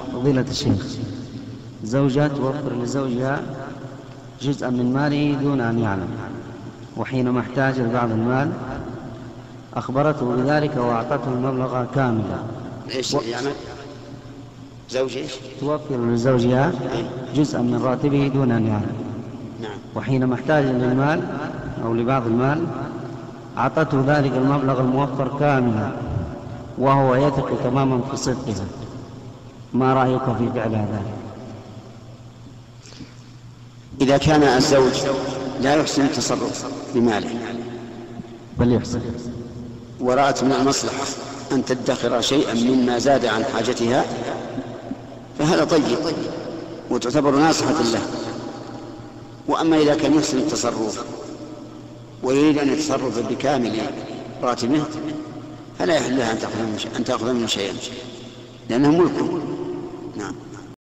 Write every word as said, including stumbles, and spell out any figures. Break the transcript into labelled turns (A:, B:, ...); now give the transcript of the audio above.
A: فضيلة الشيخ، زوجة توفر لزوجها جزءا من ماله دون أن يعلم، وحينما احتاج لبعض المال أخبرته بذلك وأعطته المبلغ كاملا.
B: إيش يعمل؟ زوجة
A: توفر لزوجها جزءا من راتبه دون أن يعلم.
B: نعم.
A: وحينما احتاج للمال أو لبعض المال أعطته ذلك المبلغ الموفر كاملا وهو يثق تماما في صدقها. ما رأيك في فعل هذا؟
B: إذا كان الزوج لا يحسن التصرف بماله
A: بل يحسن،
B: ورأت من المصلحة أن تدخر شيئا مما زاد عن حاجتها فهذا طيب وتعتبر ناصحة له. وأما إذا كان يحسن التصرف ويريد أن يتصرف بكامل راتبه فلا يحل لها أن تأخذ منه شيئا لأنه ملكه.